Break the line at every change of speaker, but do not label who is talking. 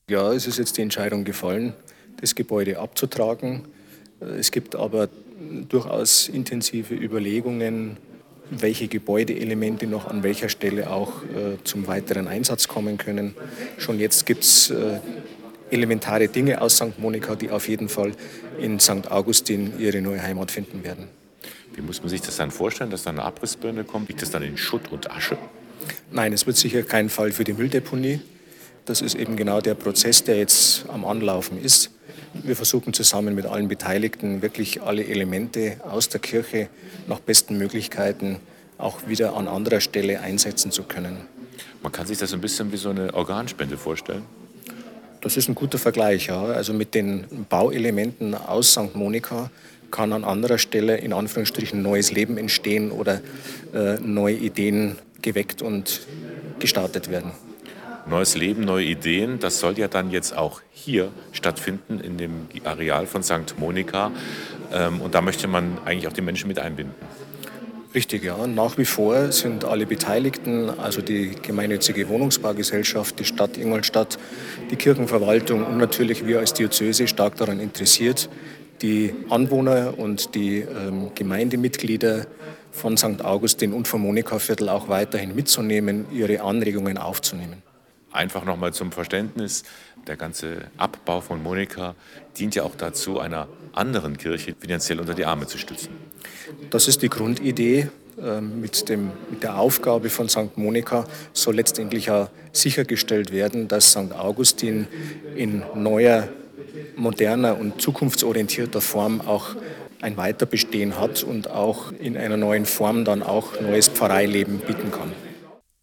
Ja, es ist jetzt die Entscheidung gefallen, das Gebäude abzutragen. Es gibt aber durchaus intensive Überlegungen, welche Gebäudeelemente noch an welcher Stelle auch zum weiteren Einsatz kommen können. Schon jetzt gibt es elementare Dinge aus St. Monika, die auf jeden Fall in St. Augustin ihre neue Heimat finden werden.
Wie muss man sich das dann vorstellen, dass da eine Abrissbirne kommt? Liegt das dann in Schutt und Asche?
Nein, es wird sicher kein Fall für die Mülldeponie. Das ist eben genau der Prozess, der jetzt am Anlaufen ist. Wir versuchen zusammen mit allen Beteiligten wirklich alle Elemente aus der Kirche nach besten Möglichkeiten auch wieder an anderer Stelle einsetzen zu können.
Man kann sich das ein bisschen wie so eine Organspende vorstellen.
Das ist ein guter Vergleich, ja. Also mit den Bauelementen aus St. Monika kann an anderer Stelle in Anführungsstrichen neues Leben entstehen oder neue Ideen geweckt und gestartet werden.
Neues Leben, neue Ideen, das soll ja dann jetzt auch hier stattfinden, in dem Areal von St. Monika. Und da möchte man eigentlich auch die Menschen mit einbinden.
Richtig, ja. Nach wie vor sind alle Beteiligten, also die gemeinnützige Wohnungsbaugesellschaft, die Stadt Ingolstadt, die Kirchenverwaltung und natürlich wir als Diözese stark daran interessiert, die Anwohner und die Gemeindemitglieder von St. Augustin und vom Monikaviertel auch weiterhin mitzunehmen, ihre Anregungen aufzunehmen.
Einfach nochmal zum Verständnis, der ganze Abbau von Monika dient ja auch dazu, einer anderen Kirche finanziell unter die Arme zu stützen.
Das ist die Grundidee. Mit der Aufgabe von St. Monika soll letztendlich auch sichergestellt werden, dass St. Augustin in neuer, moderner und zukunftsorientierter Form auch ein Weiterbestehen hat und auch in einer neuen Form dann auch neues Pfarreileben bieten kann.